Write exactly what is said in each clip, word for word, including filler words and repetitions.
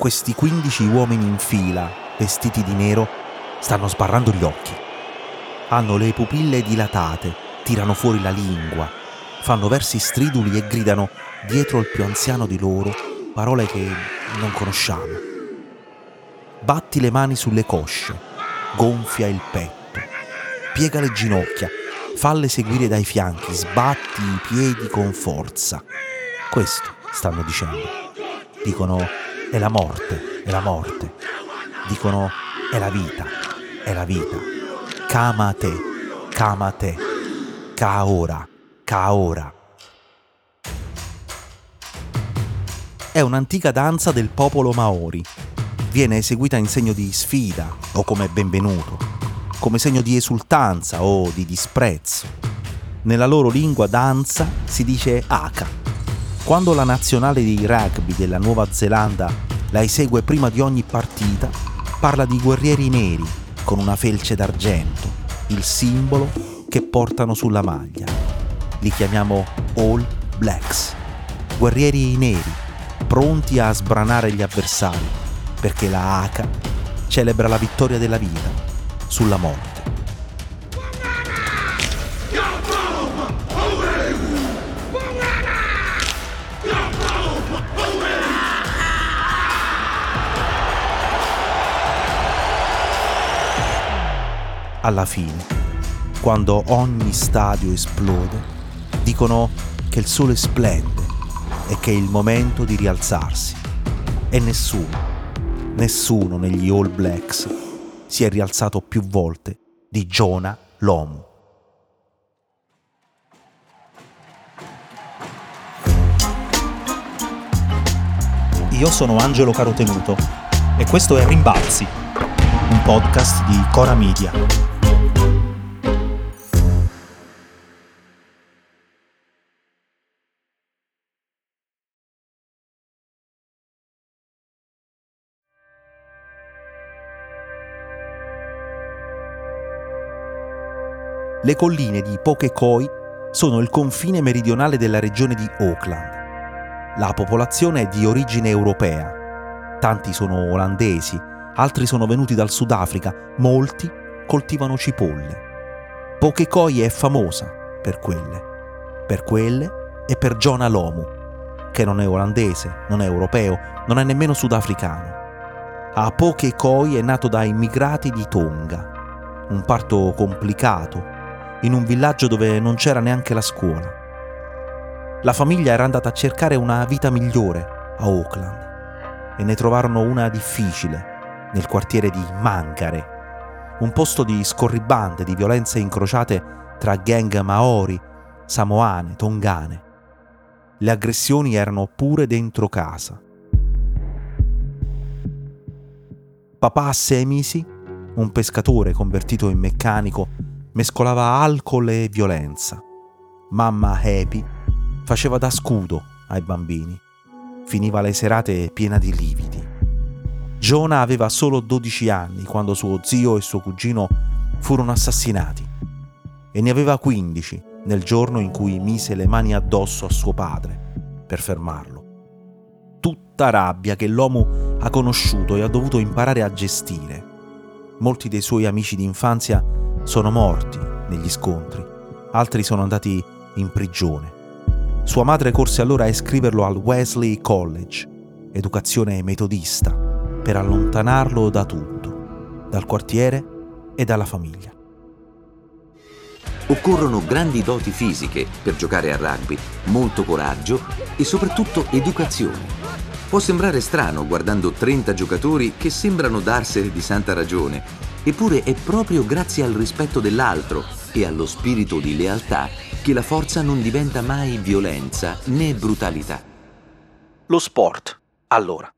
questi quindici uomini in fila, vestiti di nero, stanno sbarrando gli occhi. Hanno le pupille dilatate, tirano fuori la lingua, fanno versi striduli e gridano dietro il più anziano di loro parole che non conosciamo. Batti le mani sulle cosce, gonfia il petto, piega le ginocchia, falle seguire dai fianchi, sbatti i piedi con forza. Questo stanno dicendo. Dicono è la morte, è la morte. Dicono è la vita, è la vita. Kamate, kamate, kaora, kaora. È un'antica danza del popolo Maori. Viene eseguita in segno di sfida o come benvenuto, come segno di esultanza o di disprezzo. Nella loro lingua danza si dice haka. Quando la nazionale di rugby della Nuova Zelanda la esegue prima di ogni partita, parla di guerrieri neri con una felce d'argento, il simbolo che portano sulla maglia. Li chiamiamo All Blacks, guerrieri neri, pronti a sbranare gli avversari, perché la haka celebra la vittoria della vita sulla morte. Alla fine, quando ogni stadio esplode, dicono che il sole splende e che è il momento di rialzarsi. E nessuno, nessuno negli All Blacks si è rialzato più volte di Jonah Lomu. Io sono Angelo Carotenuto e questo è Rimbalzi, un podcast di Cora Media. Le colline di Pokekoi sono il confine meridionale della regione di Auckland. La popolazione è di origine europea. Tanti sono olandesi, altri sono venuti dal Sudafrica, molti coltivano cipolle. Pokekoi è famosa per quelle, per quelle e per Jonah Lomu, che non è olandese, non è europeo, non è nemmeno sudafricano. A Pokekoi è nato da immigrati di Tonga, un parto complicato, in un villaggio dove non c'era neanche la scuola. La famiglia era andata a cercare una vita migliore a Auckland e ne trovarono una difficile nel quartiere di Mangare, un posto di scorribande, di violenze incrociate tra gang maori, samoane, tongane. Le aggressioni erano pure dentro casa. Papà Semisi, un pescatore convertito in meccanico, mescolava alcol e violenza. Mamma Happy faceva da scudo ai bambini. Finiva le serate piena di lividi. Jonah aveva solo dodici anni quando suo zio e suo cugino furono assassinati e ne aveva quindici nel giorno in cui mise le mani addosso a suo padre per fermarlo. Tutta rabbia che l'uomo ha conosciuto e ha dovuto imparare a gestire. Molti dei suoi amici d'infanzia sono morti negli scontri, altri sono andati in prigione. Sua madre corse allora a iscriverlo al Wesley College, educazione metodista, per allontanarlo da tutto, dal quartiere e dalla famiglia. Occorrono grandi doti fisiche per giocare a rugby, molto coraggio e soprattutto educazione. Può sembrare strano guardando trenta giocatori che sembrano darsene di santa ragione, eppure è proprio grazie al rispetto dell'altro e allo spirito di lealtà che la forza non diventa mai violenza né brutalità. Lo sport, allora.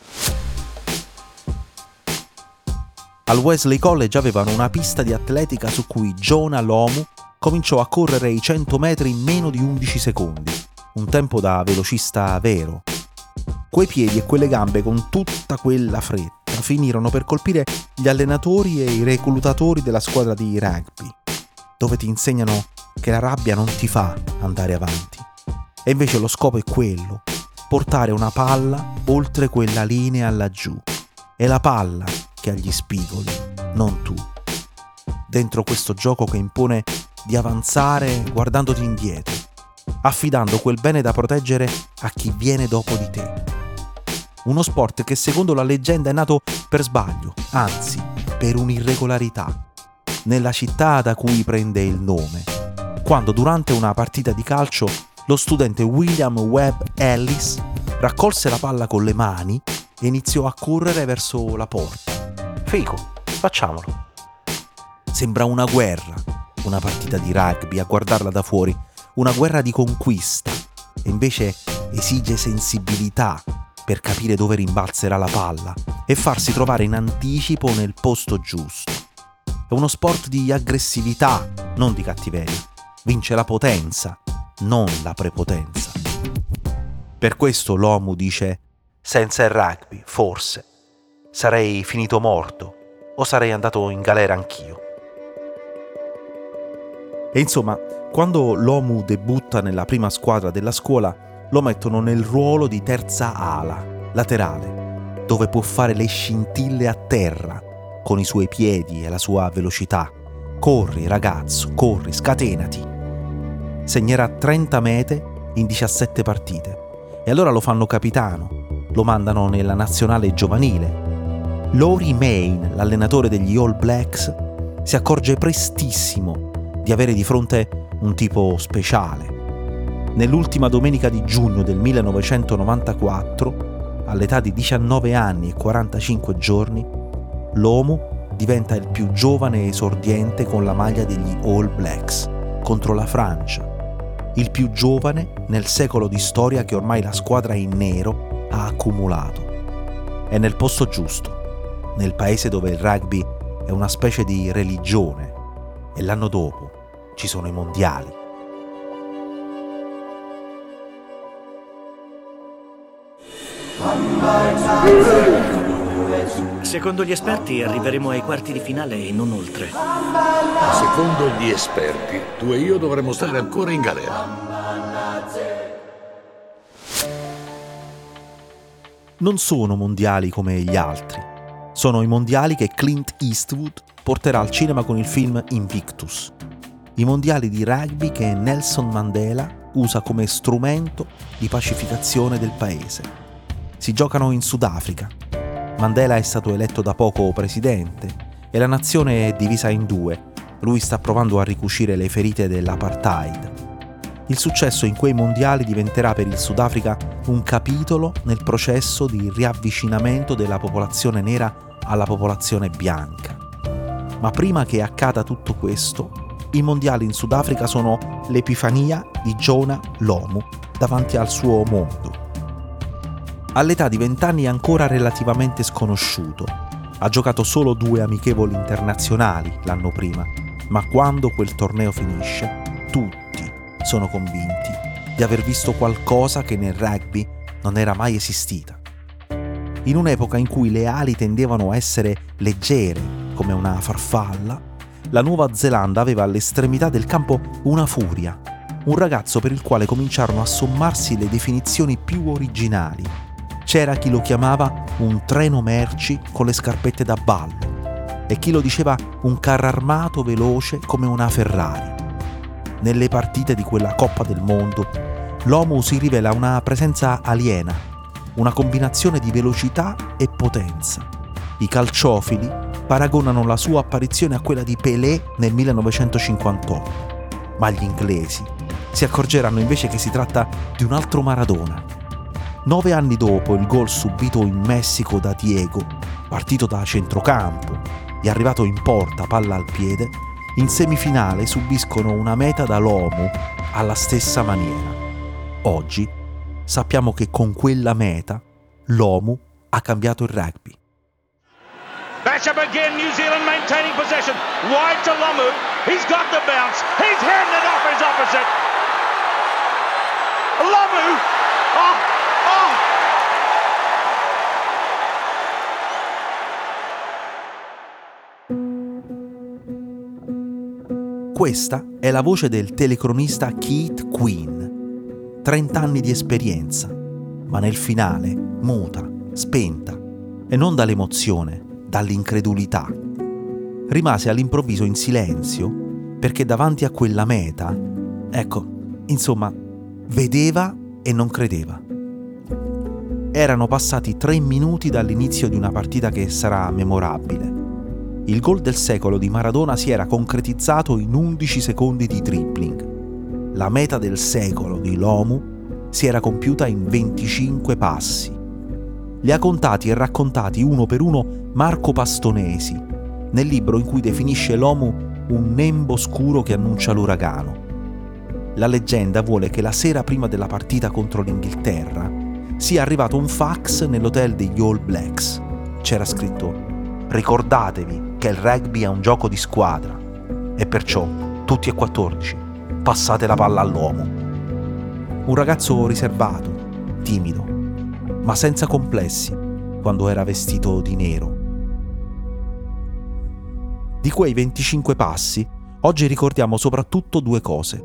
Al Wesley College avevano una pista di atletica su cui Jonah Lomu cominciò a correre i cento metri in meno di undici secondi, un tempo da velocista vero. Quei piedi e quelle gambe con tutta quella fretta finirono per colpire gli allenatori e i reclutatori della squadra di rugby, dove ti insegnano che la rabbia non ti fa andare avanti. E invece lo scopo è quello, portare una palla oltre quella linea laggiù. È la palla che ha gli spigoli, non tu. Dentro questo gioco che impone di avanzare guardandoti indietro, affidando quel bene da proteggere a chi viene dopo di te. Uno sport che secondo la leggenda è nato per sbaglio, anzi per un'irregolarità, nella città da cui prende il nome, quando durante una partita di calcio lo studente William Webb Ellis raccolse la palla con le mani e iniziò a correre verso la porta. Fico, facciamolo. Sembra una guerra, una partita di rugby a guardarla da fuori, una guerra di conquista, e invece esige sensibilità per capire dove rimbalzerà la palla e farsi trovare in anticipo nel posto giusto. È uno sport di aggressività, non di cattiveria. Vince la potenza, non la prepotenza. Per questo l'Omu dice: senza il rugby, forse, sarei finito morto o sarei andato in galera anch'io. E insomma, quando l'Omu debutta nella prima squadra della scuola, lo mettono nel ruolo di terza ala, laterale, dove può fare le scintille a terra con i suoi piedi e la sua velocità. Corri, ragazzo, corri, scatenati. Segnerà trenta mete in diciassette partite e allora lo fanno capitano, lo mandano nella nazionale giovanile. Laurie Main, l'allenatore degli All Blacks, si accorge prestissimo di avere di fronte un tipo speciale. Nell'ultima domenica di giugno del millenovecentonovantaquattro, all'età di diciannove anni e quarantacinque giorni, l'Omu diventa il più giovane esordiente con la maglia degli All Blacks contro la Francia, il più giovane nel secolo di storia che ormai la squadra in nero ha accumulato. È nel posto giusto, nel paese dove il rugby è una specie di religione, e l'anno dopo ci sono i mondiali. Secondo gli esperti arriveremo ai quarti di finale e non oltre. Secondo gli esperti, tu e io dovremmo stare ancora in galera. Non sono mondiali come gli altri. Sono i mondiali che Clint Eastwood porterà al cinema con il film Invictus. I mondiali di rugby che Nelson Mandela usa come strumento di pacificazione del paese. Si giocano in Sudafrica. Mandela è stato eletto da poco presidente e la nazione è divisa in due. Lui sta provando a ricucire le ferite dell'apartheid. Il successo in quei mondiali diventerà per il Sudafrica un capitolo nel processo di riavvicinamento della popolazione nera alla popolazione bianca. Ma prima che accada tutto questo, i mondiali in Sudafrica sono l'epifania di Jonah Lomu davanti al suo mondo. All'età di vent'anni è ancora relativamente sconosciuto. Ha giocato solo due amichevoli internazionali l'anno prima, ma quando quel torneo finisce, tutti sono convinti di aver visto qualcosa che nel rugby non era mai esistita. In un'epoca in cui le ali tendevano a essere leggere come una farfalla, la Nuova Zelanda aveva all'estremità del campo una furia, un ragazzo per il quale cominciarono a sommarsi le definizioni più originali. C'era chi lo chiamava un treno merci con le scarpette da ballo e chi lo diceva un carro armato veloce come una Ferrari. Nelle partite di quella Coppa del Mondo, l'Omu si rivela una presenza aliena, una combinazione di velocità e potenza. I calciofili paragonano la sua apparizione a quella di Pelé nel millenovecentocinquantotto, ma gli inglesi si accorgeranno invece che si tratta di un altro Maradona. Nove anni dopo il gol subito in Messico da Diego, partito da centrocampo e arrivato in porta palla al piede, in semifinale subiscono una meta da l'Omu alla stessa maniera. Oggi sappiamo che con quella meta l'Omu ha cambiato il rugby. Bash up again, New Zealand maintaining possession. Wide to Lomu. He's got the bounce. He's handed off his opposite. Lomu. Oh, oh. Questa è la voce del telecronista Keith Quinn. trenta anni di esperienza, ma nel finale muta, spenta, e non dall'emozione, dall'incredulità. Rimase all'improvviso in silenzio perché davanti a quella meta, ecco, insomma, vedeva e non credeva. Erano passati tre minuti dall'inizio di una partita che sarà memorabile. Il gol del secolo di Maradona si era concretizzato in undici secondi di dribbling. La meta del secolo di Lomu si era compiuta in venticinque passi. Li ha contati e raccontati uno per uno Marco Pastonesi, nel libro in cui definisce Lomu un nembo scuro che annuncia l'uragano. La leggenda vuole che la sera prima della partita contro l'Inghilterra sia arrivato un fax nell'hotel degli All Blacks. C'era scritto: ricordatevi che il rugby è un gioco di squadra e perciò tutti e quattordici passate la palla all'uomo. Un ragazzo riservato, timido, ma senza complessi quando era vestito di nero. Di quei venticinque passi, oggi ricordiamo soprattutto due cose.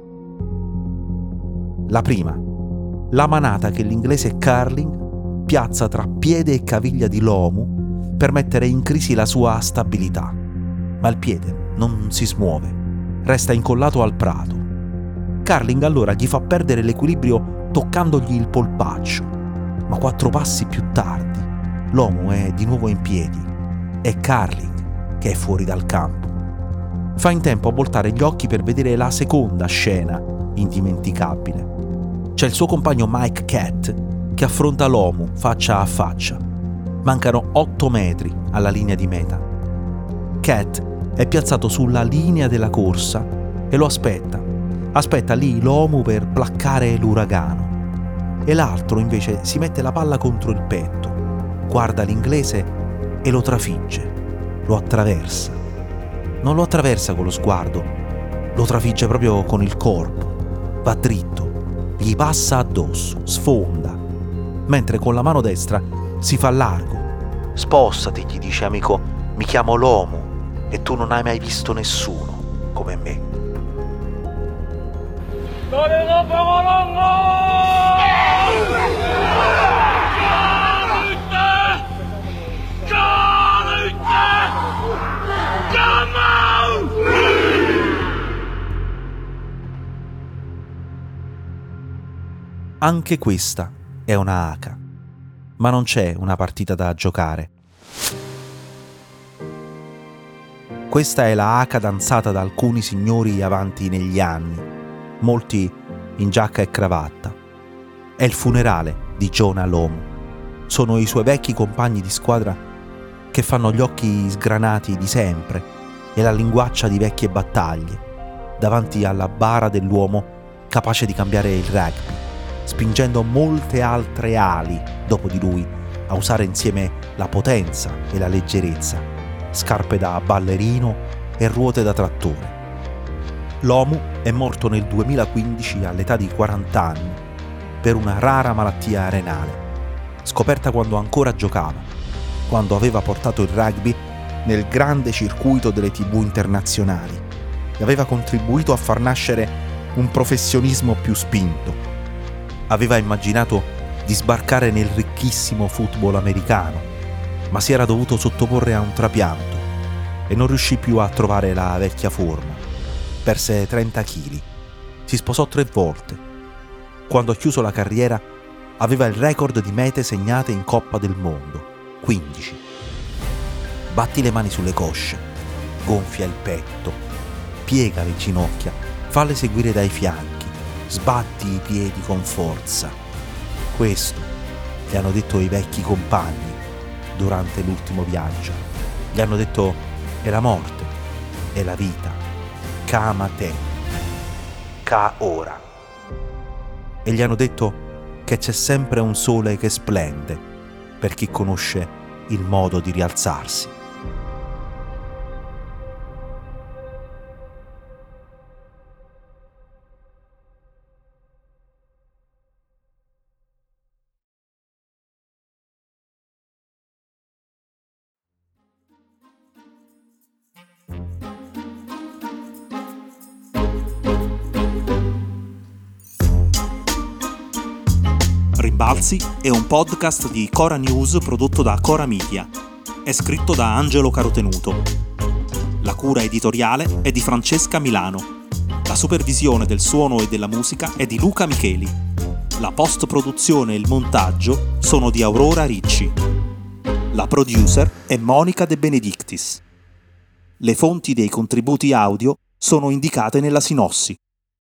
La prima, la manata che l'inglese Carling piazza tra piede e caviglia di Lomu per mettere in crisi la sua stabilità. Ma il piede non si smuove, resta incollato al prato. Carling allora gli fa perdere l'equilibrio toccandogli il polpaccio, ma quattro passi più tardi Lomu è di nuovo in piedi. È Carling che è fuori dal campo. Fa in tempo a voltare gli occhi per vedere la seconda scena indimenticabile. C'è il suo compagno Mike Catt che affronta Lomu faccia a faccia. Mancano otto metri alla linea di meta. Catt è piazzato sulla linea della corsa e lo aspetta. Aspetta lì Lomu per placcare l'uragano. E l'altro invece si mette la palla contro il petto, guarda l'inglese e lo trafigge, lo attraversa. Non lo attraversa con lo sguardo, lo trafigge proprio con il corpo. Va dritto, gli passa addosso, sfonda, mentre con la mano destra si fa largo. Spostati, gli dice: amico, mi chiamo Lomu e tu non hai mai visto nessuno come me. Anche questa è una haka, ma non c'è una partita da giocare. Questa è la haka danzata da alcuni signori avanti negli anni, molti in giacca e cravatta. È il funerale di Jonah Lomu. Sono i suoi vecchi compagni di squadra che fanno gli occhi sgranati di sempre e la linguaccia di vecchie battaglie davanti alla bara dell'uomo capace di cambiare il rugby, spingendo molte altre ali dopo di lui a usare insieme la potenza e la leggerezza, scarpe da ballerino e ruote da trattore. Lomu è morto nel duemilaquindici all'età di quaranta anni per una rara malattia renale, scoperta quando ancora giocava, quando aveva portato il rugby nel grande circuito delle tivù internazionali e aveva contribuito a far nascere un professionismo più spinto. Aveva immaginato di sbarcare nel ricchissimo football americano, ma si era dovuto sottoporre a un trapianto e non riuscì più a trovare la vecchia forma. Perse trenta chili. Si sposò tre volte. Quando ha chiuso la carriera aveva il record di mete segnate in Coppa del Mondo, quindici. Batti le mani sulle cosce, gonfia il petto, piega le ginocchia, falle seguire dai fianchi, sbatti i piedi con forza. Questo gli hanno detto i vecchi compagni durante l'ultimo viaggio. Gli hanno detto: è la morte, è la vita. Kamate, Ka ora. E gli hanno detto che c'è sempre un sole che splende per chi conosce il modo di rialzarsi. Rimbalzi è un podcast di Cora News prodotto da Cora Media. È scritto da Angelo Carotenuto. La cura editoriale è di Francesca Milano. La supervisione del suono e della musica è di Luca Micheli. La post-produzione e il montaggio sono di Aurora Ricci. La producer è Monica De Benedictis. Le fonti dei contributi audio sono indicate nella sinossi.